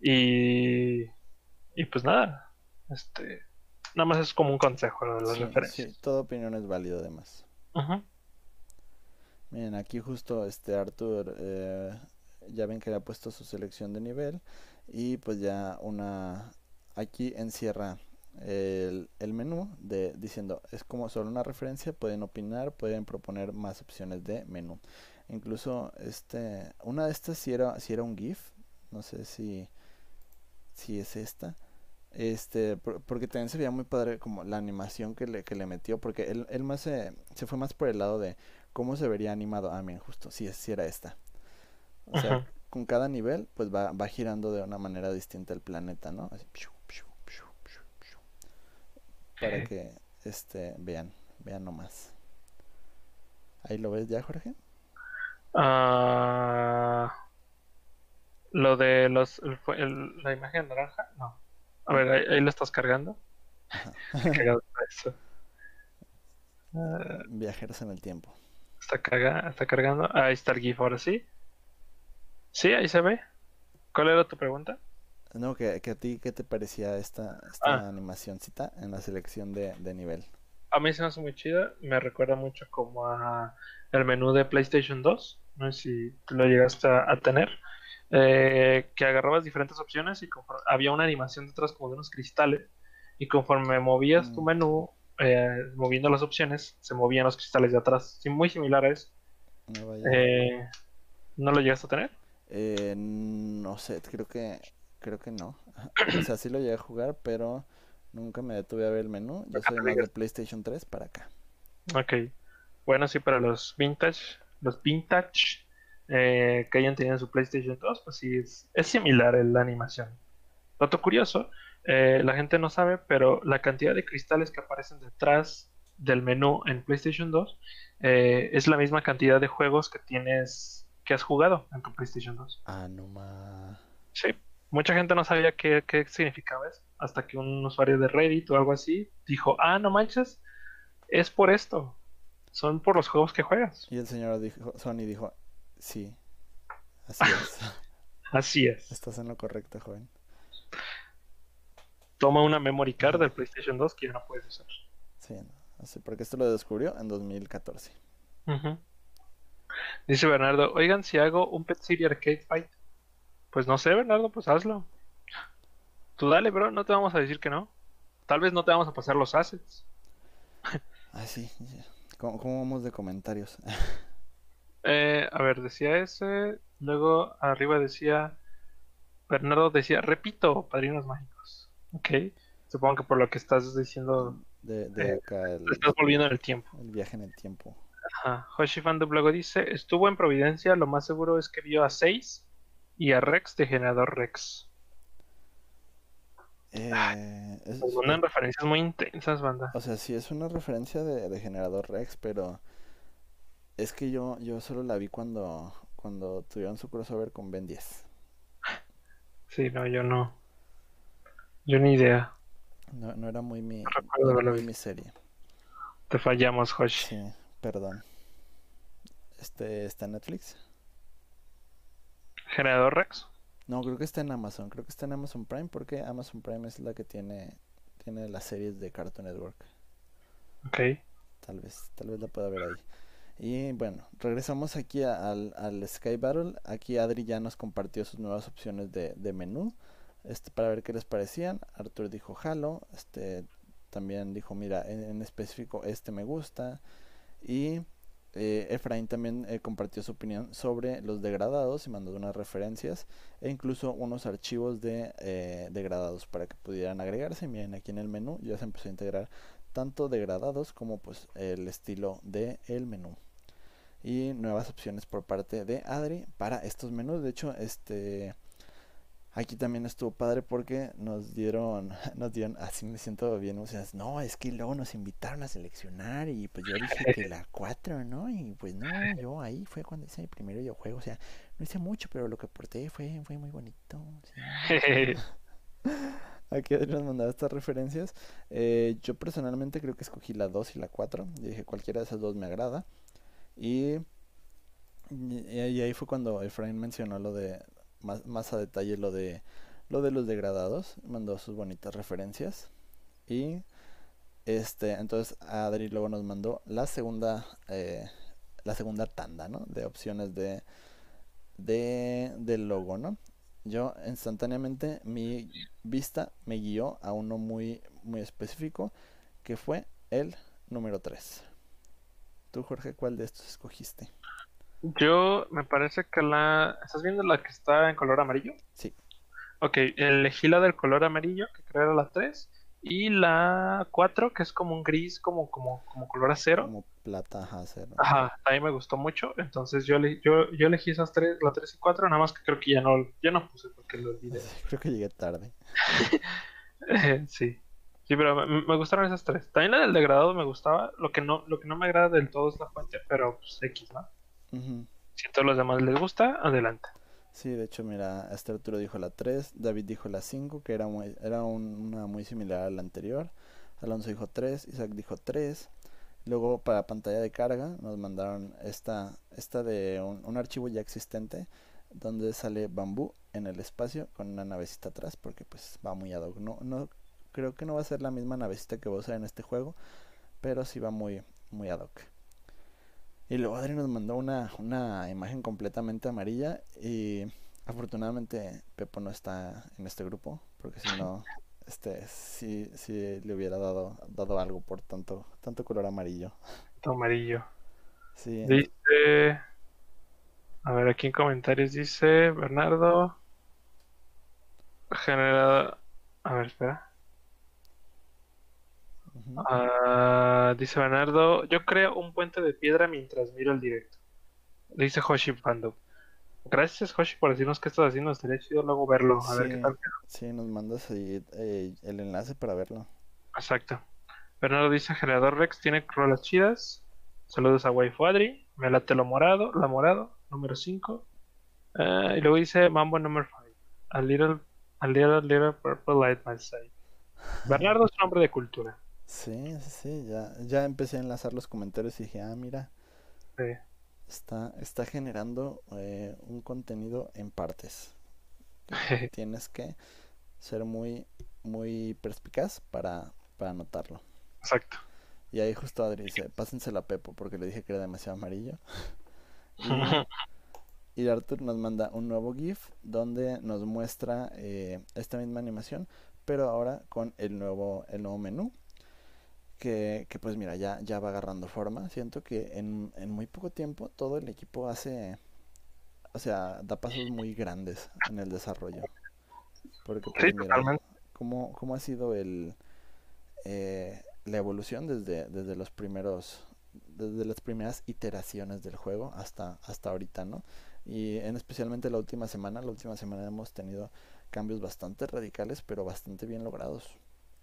Y, y pues nada, este, nada más es como un consejo lo de las Sí, sí, referencias. toda opinión es válida además. Ujú. Miren, aquí justo este Arthur, eh, ya ven que le ha puesto su selección de nivel y pues ya una, aquí encierra el, el menú de diciendo, es como solo una referencia, pueden opinar, pueden proponer más opciones de menú. Incluso este, una de estas si era, si era un GIF, no sé si, si es esta. Este, por- porque también se veía muy padre como la animación que le, que le metió, porque él, él más se, se fue más por el lado de cómo se vería animado. Ah, bien, justo, sí, sí era esta. O sea, Ujú. con cada nivel, pues va, va girando de una manera distinta el planeta, ¿no? Así, piu, piu, piu, piu, piu, para que, este, vean, vean nomás. Ahí lo ves ya, Jorge. Ah, lo de los, el- fue el- la imagen naranja, no. A Mm, ver, ahí, ahí lo estás cargando. ajá. Qué cagado está eso. Ah, Viajeros en el tiempo. está, carga- está cargando. Ahí está el GIF ahora sí. Sí, ahí se ve. ¿Cuál era tu pregunta? No, que, que a ti, ¿qué te parecía esta, esta Ah, animacioncita en la selección de, de nivel? a mí se me hace muy chida. Me recuerda mucho como a el menú de PlayStation dos. No sé si tú lo llegaste a, a tener. Eh, que agarrabas diferentes opciones y conforme- había una animación detrás como de unos cristales. Y conforme movías tu Mm, menú, eh, moviendo las opciones, se movían los cristales de atrás. Sí, muy similar a eso. no vaya. Eh, ¿No lo llegaste a tener? Eh, no sé, creo que creo que no. O sea, sí lo llegué a jugar, pero nunca me detuve a ver el menú. Yo Acá soy te más de digas. PlayStation tres para acá. Ok. Bueno, sí, para los vintage, los vintage eh, que hayan tenido su PlayStation dos, pues sí, es, es similar en la animación. Dato curioso, eh, la gente no sabe, pero la cantidad de cristales que aparecen detrás del menú en PlayStation dos eh, es la misma cantidad de juegos que tienes, que has jugado en tu PlayStation dos. Ah, no ma. Sí, mucha gente no sabía qué, qué significaba eso, hasta que un usuario de Reddit o algo así dijo, ah, no manches, es por esto, son por los juegos que juegas. Y el señor dijo, Sony dijo, sí, así es. Así es. Estás en lo correcto, joven. Toma una memory card Ajá. del PlayStation dos que ya no puedes usar. Sí, no, así, porque esto lo descubrió en dos mil catorce. Ujú. Dice Bernardo, oigan, si hago un Pet City Arcade Fight, pues no sé, Bernardo, pues hazlo. Tú dale, bro, no te vamos a decir que no. Tal vez no te vamos a pasar los assets. Ah, sí, ya. ¿Cómo, cómo vamos de comentarios? Eh, a ver, decía ese. Luego arriba decía, Bernardo decía, repito, padrinos mágicos. Ok. Supongo que por lo que estás diciendo, De, de eh, acá te el, estás volviendo en el tiempo. el viaje en el tiempo. Ajá. Hoshi Fandub luego dice, estuvo en Providencia, lo más seguro es que vio a seis y a Rex de Generador Rex. Eh, es- Nos mandan referencias muy intensas, banda. o sea, sí es una referencia de, de Generador Rex, pero es que yo, yo solo la vi cuando, cuando tuvieron su crossover con Ben diez. Sí, no, yo no. Yo ni idea. No, no era muy mi, No no recuerdo era haberlo muy mi visto. serie. Te fallamos, Hoshi. Sí, perdón. Este está en Netflix. Generador Rex. No, creo que está en Amazon. Creo que está en Amazon Prime porque Amazon Prime es la que tiene, tiene las series de Cartoon Network. Ok. Tal vez, tal vez la pueda ver ahí. Y bueno, regresamos aquí a- al, al Sky Battle. Aquí Adri ya nos compartió sus nuevas opciones de, de menú. Este, para ver qué les parecían. Arthur dijo Halo. Este también dijo, mira, en, en específico este me gusta. Y eh, Efraín también eh, compartió su opinión sobre los degradados y mandó unas referencias e incluso unos archivos de eh, degradados para que pudieran agregarse. Miren, aquí en el menú ya se empezó a integrar tanto degradados como pues el estilo del el menú y nuevas opciones por parte de Adri para estos menús. De hecho, este aquí también estuvo padre porque nos dieron, nos dieron, así me siento bien, o sea, no, es que luego nos invitaron a seleccionar y pues yo dije que la cuatro, ¿no? Y pues no, yo ahí fue cuando hice mi primer videojuego, o sea, no hice mucho, pero lo que aporté fue, fue muy bonito, sí. Aquí Adri nos mandaba estas referencias. Eh, yo personalmente creo que escogí la dos y la cuatro. Yo dije cualquiera de esas dos me agrada. Y, y ahí fue cuando Efraín mencionó lo de más, más a detalle lo de lo de los degradados, mandó sus bonitas referencias y este entonces Adri luego nos mandó la segunda eh, la segunda tanda, ¿no? De opciones de de del logo, ¿no? Yo instantáneamente mi vista me guió a uno muy muy específico que fue el número tres. Tú, Jorge, ¿cuál de estos escogiste? Yo me parece que la... ¿Estás viendo la que está en color amarillo? Sí, Ok, elegí la del color amarillo, que creo era la tres. Y la cuatro, que es como un gris, como, como, como color acero. como plata, ajá, cero. Ajá, a mí me gustó mucho. Entonces yo, ele- yo, yo elegí esas tres, la tres y cuatro. Nada más que creo que ya no, ya no puse porque lo olvidé. Creo que llegué tarde. Eh, sí. Sí, pero me, me gustaron esas tres. También la del degradado me gustaba. Lo que no, lo que no me agrada del todo es la fuente, pero pues X, ¿no? Ujú. Si a todos los demás les gusta, adelante. Sí, de hecho, mira, este Arturo dijo la tres, David dijo la cinco, que era, muy, era un- una muy similar a la anterior. Alonso dijo tres, Isaac dijo tres. Luego para pantalla de carga nos mandaron esta, esta de un, un archivo ya existente donde sale bambú en el espacio con una navecita atrás porque pues va muy ad hoc. No, no, creo que no va a ser la misma navecita que va a usar en este juego, pero sí va muy, muy ad hoc. Y luego Adri nos mandó una, una imagen completamente amarilla y afortunadamente Pepo no está en este grupo porque si no, este sí, sí le hubiera dado, dado algo por tanto, tanto color amarillo. Todo amarillo. Sí, nos- Dice. A ver, aquí en comentarios dice Bernardo. Generado. A ver, espera. ujú. Ah, dice Bernardo. Yo creo un puente de piedra mientras miro el directo. Dice Hoshi Pando. Gracias, Hoshi, por decirnos qué estás haciendo. Estaría chido luego verlo. A ver qué Sí, tal. sí, nos mandas ahí eh, el enlace para verlo. Exacto. Bernardo dice: Generador Rex tiene rolas chidas. Saludos a Waifu Adri. Me late lo morado. La morado. Número cinco. y luego dice Mambo número cinco. A little, a little, little purple light my side. Bernardo es un hombre de cultura. Sí, sí, sí, ya, ya empecé a enlazar los comentarios y dije, ah, mira, Sí. está, está generando eh, un contenido en partes. Tienes que ser muy, muy perspicaz para, para notarlo. Exacto. Y ahí justo Adri dice, pásensela a Pepo porque le dije que era demasiado amarillo. Y, y Arthur nos manda un nuevo GIF donde nos muestra eh, esta misma animación, pero ahora con el nuevo, el nuevo menú. Que, que pues mira, ya, ya va agarrando forma. Siento que en, en muy poco tiempo todo el equipo hace, o sea, da pasos muy grandes en el desarrollo. Porque Sí, pues mira, totalmente. cómo, cómo ha sido el, eh, la evolución desde, desde los primeros, desde las primeras iteraciones del juego hasta, hasta ahorita, ¿no? Y en especialmente la última semana, la última semana hemos tenido cambios bastante radicales, pero bastante bien logrados.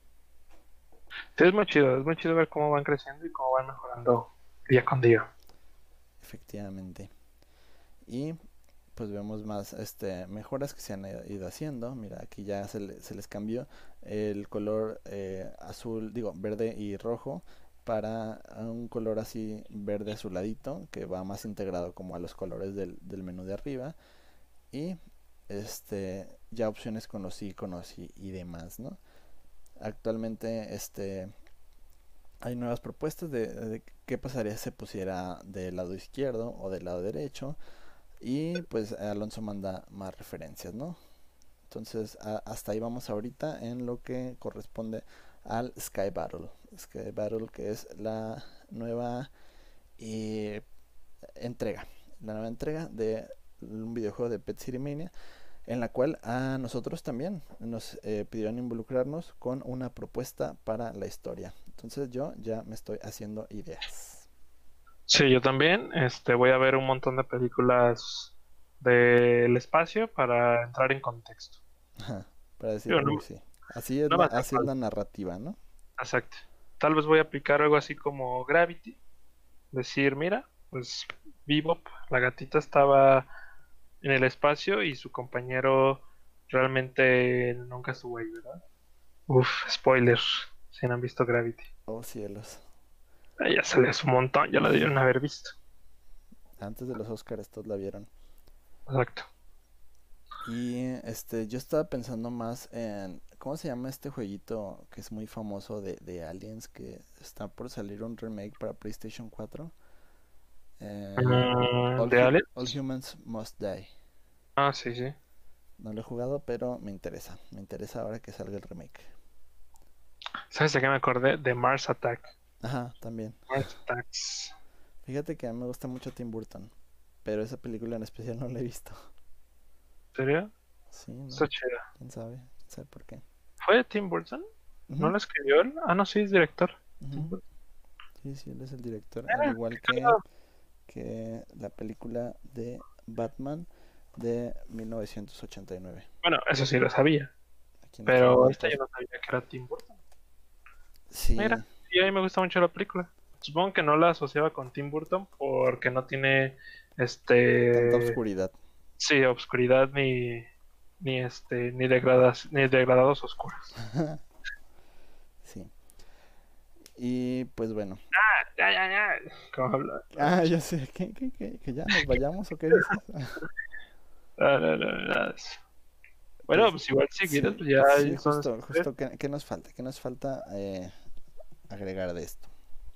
Sí, es muy chido, es muy chido ver cómo van creciendo y cómo van mejorando día con día. Efectivamente. Y pues vemos más este mejoras que se han ido haciendo. Mira, aquí ya se, le, se les cambió el color eh, azul, digo, verde y rojo para un color así verde azuladito que va más integrado como a los colores del, del menú de arriba. Y este ya opciones con los iconos y, y demás, ¿no? Actualmente este hay nuevas propuestas de, de qué pasaría si se pusiera del lado izquierdo o del lado derecho. Y pues Alonso manda más referencias, ¿no? Entonces a, hasta ahí vamos ahorita en lo que corresponde al Sky Battle. Sky Battle, que es la nueva eh, entrega. La nueva entrega de un videojuego de Pet City Mania, en la cual a nosotros también nos eh, pidieron involucrarnos con una propuesta para la historia. Entonces yo ya me estoy haciendo ideas. Sí, yo también. Este, voy a ver un montón de películas del espacio para entrar en contexto. Ajá, para decir, Digo, no, uy, sí. Así es, no la, me hace así es la falta. narrativa, ¿no? Exacto. Tal vez voy a aplicar algo así como Gravity. Decir, mira, pues Bebop, la gatita estaba en el espacio y su compañero realmente nunca estuvo ahí, ¿verdad? Uf, spoiler, si no han visto Gravity. Oh, cielos. Ah, ya salió hace un montón, ya la debieron haber visto. Antes de los Oscars todos la vieron. Exacto. Y este, yo estaba pensando más en, ¿cómo se llama este jueguito que es muy famoso de, de Aliens, que está por salir un remake para PlayStation cuatro? Eh, Mm, All, ¿de Hu- Alex? All Humans Must Die. Ah, sí, sí. No lo he jugado, pero me interesa. Me interesa ahora que salga el remake. ¿Sabes de qué me acordé? De Mars Attack. Ajá, también. Mars Attacks. Fíjate que a mí me gusta mucho Tim Burton, pero esa película en especial no la he visto. ¿En serio? Sí, Está no, chida. quién sabe, quién sabe por qué. ¿Fue de Tim Burton? ¿No Ujú, la escribió él? Ah, no, sí, es director. Tim ujú. Burton. Sí, sí, él es el director, al Ah, igual qué que, cagado. que la película de Batman de mil novecientos ochenta y nueve. Bueno, eso sí lo sabía. Aquí nuestro Pero buen esta yo Thor. no sabía que era Tim Burton. Sí, Mira, sí, a mí me gusta mucho la película. Supongo que no la asociaba con Tim Burton porque no tiene tanta este oscuridad. sí, obscuridad ni ni este ni degradas ni degradados oscuros. Sí. Y pues bueno. Ya, ya, ya. ¿Cómo habla? Ah, ya sé, ¿qué, qué, qué? ¿Que ya nos vayamos o qué dices? No, no, no, no. Bueno, Pues pues igual si quieres, sí, pues ya sí, son justo, justo, ¿qué, qué nos falta? ¿Qué nos falta eh, agregar de esto?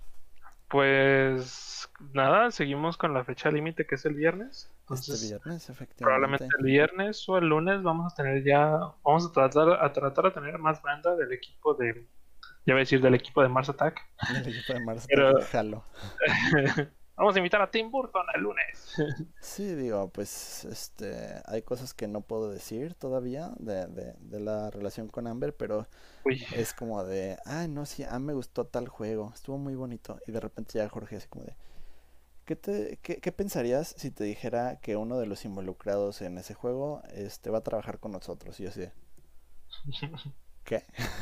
pues nada, seguimos con la fecha límite que es el viernes. Este Entonces, viernes, probablemente efectivamente. el viernes o el lunes vamos a tener ya, vamos a tratar a tratar de tener más banda del equipo de, ya voy a decir del equipo de Mars Attack, Del equipo de Mars Attack, pero jalo. vamos a invitar a Tim Burton el lunes. Sí, digo, pues este, hay cosas que no puedo decir todavía de, de, de la relación con Amber, pero Uy, es como de, ay, no, sí, a mí me gustó tal juego, estuvo muy bonito. Y de repente ya Jorge así como de, ¿qué, te, qué, qué pensarías si te dijera que uno de los involucrados en ese juego este, va a trabajar con nosotros? Y yo así de, ¿qué?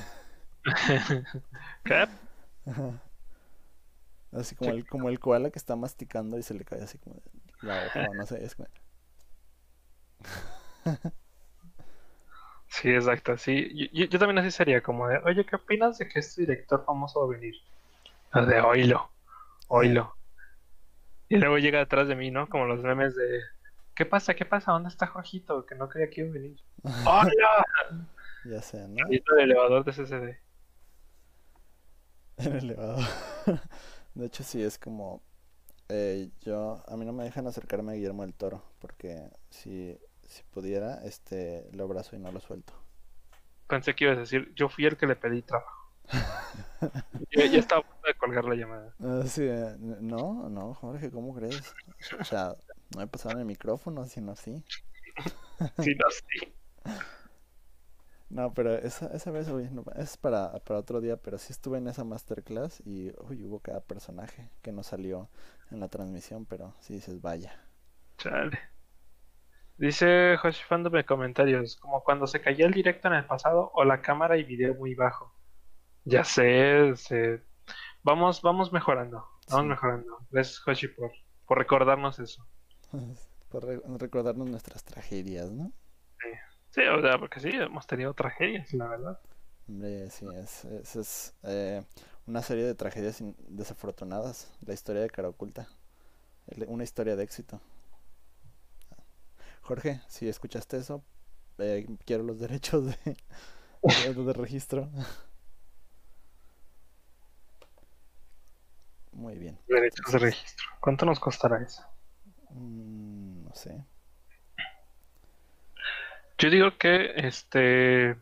¿qué? Así como el, como el koala que está masticando y se le cae así como de la hoja o no sé, es como, Sí, exacto, sí. Yo, yo también así sería como de, oye, ¿qué opinas de que este director famoso va a venir? Ah, de oílo, oílo. Y luego llega detrás de mí, ¿no? Como los memes de, ¿qué pasa? ¿Qué pasa? ¿Dónde está Jorgito? Que no creía que iba a venir. ¡Hola! ya sé, ¿no? Y está el elevador de C C D. En el elevador. De hecho sí, es como, eh, yo, a mí no me dejan acercarme a Guillermo del Toro, porque si, si pudiera, este, lo abrazo y no lo suelto. Pensé que ibas a decir, yo fui el que le pedí trabajo. Ya, ya estaba a punto de colgar la llamada. Ah, sí, eh, no, no, Jorge, ¿cómo crees? O sea, no me pasaron el micrófono, sino así. Sí, no, sí. No, pero esa, esa vez, uy, no, es para, para otro día, pero sí estuve en esa masterclass y uy, hubo cada personaje que no salió en la transmisión, pero sí dices, vaya. Chale. Dice Josh Fandom en comentarios, como cuando se cayó el directo en el pasado o la cámara y video muy bajo. Ya sé, se- vamos, vamos mejorando, vamos Sí, mejorando. Gracias, Hoshi, por, por recordarnos eso. por re- recordarnos nuestras tragedias, ¿no? Sí, sí, o sea, porque sí, hemos tenido tragedias, la verdad. Hombre, sí, es, es, es, eh, una serie de tragedias in- desafortunadas, la historia de Cara Oculta, el- una historia de éxito. Jorge, si escuchaste eso, eh, quiero los derechos de, de, de registro. Muy bien, Derechos de entonces, registro. ¿Cuánto nos costará eso? mm, no sé. Yo digo que este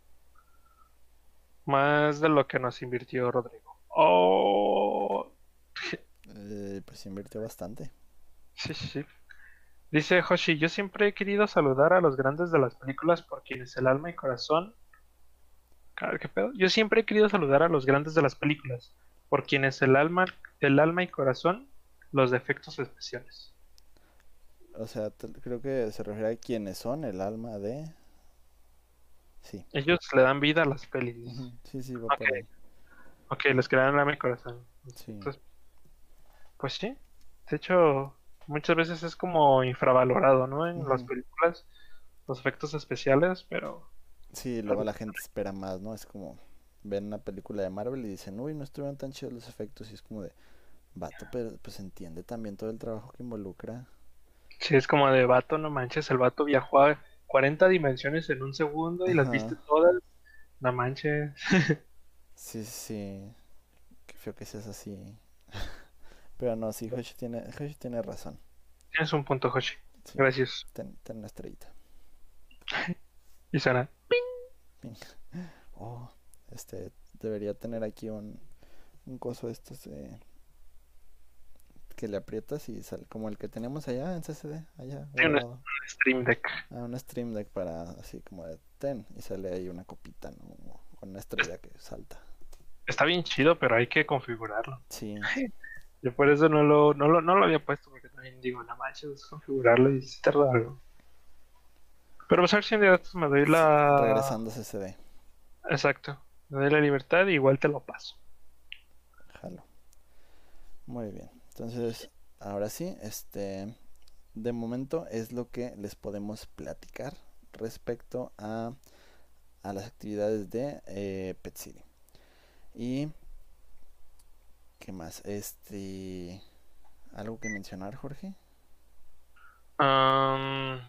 más de lo que nos invirtió Rodrigo. Oh, Eh, pues invirtió bastante. sí, sí, sí. Dice Hoshi, yo siempre he querido saludar a los grandes de las películas por quienes el alma y corazón. Cara, ¿qué pedo? Yo siempre he querido saludar a los grandes de las películas por quienes el alma, el alma y corazón, los defectos especiales. O sea, t- creo que se refiere a quienes son el alma de... Sí. Ellos le dan vida a las pelis. Ujú, sí, sí, va Ok, por ahí. ok, les crean el alma y corazón. Sí. Entonces, pues sí. De hecho, muchas veces es como infravalorado, ¿no? En las Ujú. películas, los efectos especiales, pero Sí, luego la gente espera más, ¿no? Es como ven una película de Marvel y dicen, uy, no estuvieron tan chidos los efectos. Y es como de, vato, pero pues entiende también todo el trabajo que involucra. sí es como de vato, no manches, el vato viajó a cuarenta dimensiones en un segundo y las viste Ajá. todas, no manches. Sí, sí. Qué feo que seas así. Pero no, sí, Hoshi tiene, Hoshi tiene razón. Tienes un punto, Hoshi. Sí, Gracias. ten, ten una estrellita. Y Sana. Oh, este, debería tener aquí un, un coso de estos eh, que le aprietas y sale como el que tenemos allá en C C D, allá Tiene un guardado. Stream Deck. Ah, una Stream Deck para así como de ten y sale ahí una copita, ¿no? Con una estrella que salta. Está bien chido, pero hay que configurarlo. Sí, Yo por eso no lo, no lo, no lo había puesto, porque también digo, no manches, configurarlo y se tarda algo. Pero pues a ver si un día de estos me doy sí, la... regresando a C C D, Exacto. Me doy la libertad y igual te lo paso. jalo. Muy bien. Entonces, ahora sí, este, de momento es lo que les podemos platicar respecto a, a las actividades de eh, Pet City. Y, ¿qué más? Este, ¿algo que mencionar, Jorge? Am,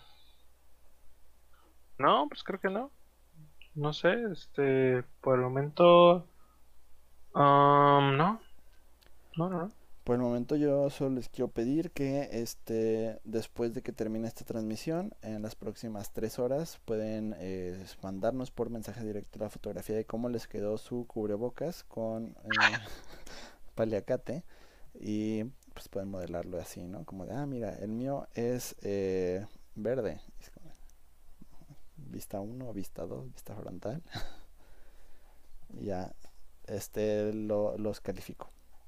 no, pues creo que no. No sé, este, por el momento... am, no, no, no. No. Por el momento yo solo les quiero pedir que este, después de que termine esta transmisión, en las próximas tres horas pueden eh, mandarnos por mensaje directo la fotografía de cómo les quedó su cubrebocas con eh, paliacate y pues pueden modelarlo así, ¿no? Como de, ah, mira, el mío es eh, verde. Es como, vista uno, vista dos, vista frontal. Y ya, este, lo, los califico.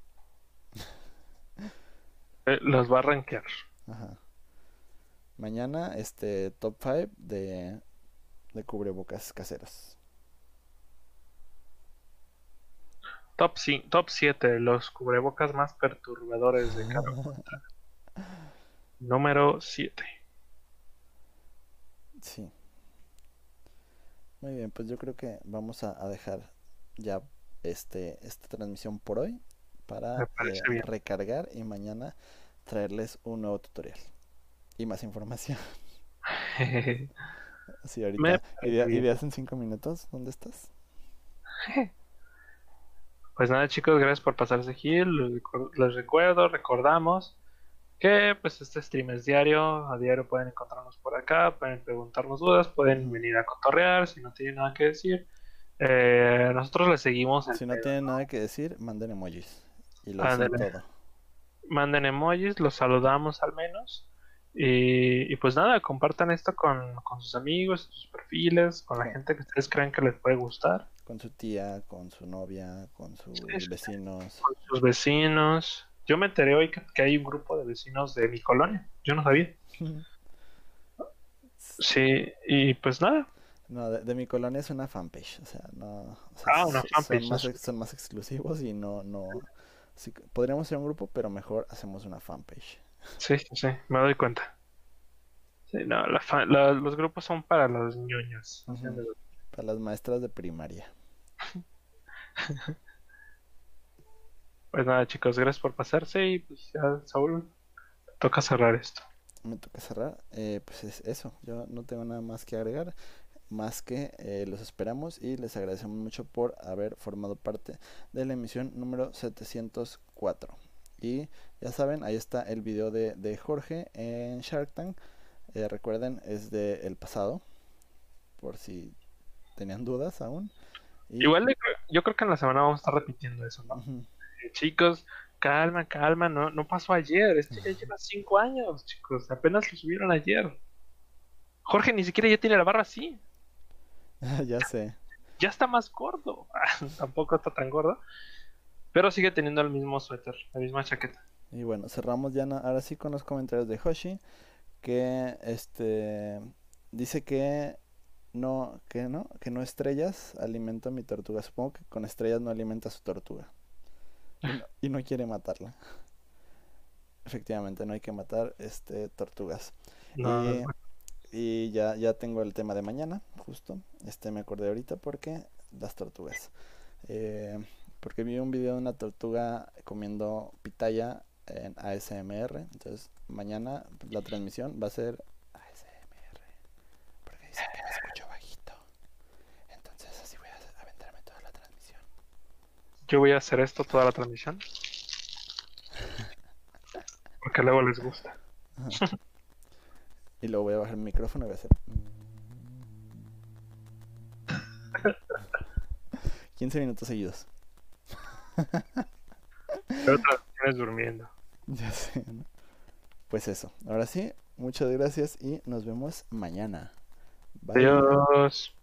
Eh, los va a rankear. Ajá. Mañana, este, top cinco de, de cubrebocas caseros. Top, ci- top siete, los cubrebocas más perturbadores de cada cuenta. Número siete. Sí. Muy bien, pues yo creo que vamos a, a dejar ya este, esta transmisión por hoy Me para parece eh, bien. recargar y mañana traerles un nuevo tutorial y más información. Sí, Me ahorita, parece idea- bien. ideas en cinco minutos, ¿dónde estás? Pues nada, chicos, gracias por pasarse aquí. Les, recu- les recuerdo, recordamos que pues este stream es diario. A diario pueden encontrarnos por acá, pueden preguntarnos dudas, pueden Ujú. venir a cotorrear si no tienen nada que decir. Eh, nosotros les seguimos el Si no pedo. tienen nada que decir, manden emojis y lo dicen Ándale, todo. manden emojis, los saludamos al menos. Y, y pues nada, compartan esto con, con sus amigos, sus perfiles, con la Con, gente que ustedes creen que les puede gustar. con su tía, con su novia, con Sí, sus sí, vecinos. con sus vecinos. Yo me enteré hoy que, que hay un grupo de vecinos de mi colonia. Yo no sabía. Sí, y pues nada. No, de, de mi colonia es una fanpage, o sea, no, o sea, Ah, una so- son fanpage. más, es- ex- son más exclusivos y no, no, sí que- podríamos ser un grupo, pero mejor hacemos una fanpage. Sí, sí, sí, me doy cuenta. Sí, no, la fa- la- los grupos son para los ñoños. No sean Ujú. de- Para las maestras de primaria. Pues nada, chicos, gracias por pasarse y pues ya, Saúl, toca cerrar esto. Me toca cerrar, eh, pues es eso, yo no tengo nada más que agregar, más que eh, los esperamos y les agradecemos mucho por haber formado parte de la emisión número setecientos cuatro. Y ya saben, ahí está el video de, de Jorge en Shark Tank. Eh, recuerden, es de el pasado, por si tenían dudas aún. Y Igual de- yo creo que en la semana vamos a estar repitiendo eso, ¿no? ujú, Eh, chicos, calma, calma, no, no pasó ayer, esto ya lleva cinco años, chicos, apenas lo subieron ayer. Jorge ni siquiera ya tiene la barba así, ya sé. ya está más gordo. Tampoco está tan gordo, pero sigue teniendo el mismo suéter, la misma chaqueta. Y bueno, cerramos ya na- ahora sí con los comentarios de Hoshi, que este dice que no, que no, que no estrellas alimento a mi tortuga. Supongo que con estrellas no alimenta a su tortuga. Y no, y no quiere matarla. Efectivamente, no hay que matar este tortugas. No, Y, y ya, ya tengo el tema de mañana, justo. Este me acordé ahorita porque las tortugas. Eh, porque vi un video de una tortuga comiendo pitaya en A S M R. Entonces, mañana la transmisión va a ser A S M R. Porque dice que me escucho bajito. Entonces, así voy a aventarme toda la transmisión. yo voy a hacer esto toda la transmisión, porque luego les gusta. Y luego voy a bajar mi micrófono y voy a hacer quince minutos seguidos. Pero transmisiones durmiendo. Ya sé, ¿no? Pues eso. Ahora sí, muchas gracias y nos vemos mañana. Bye. Adiós.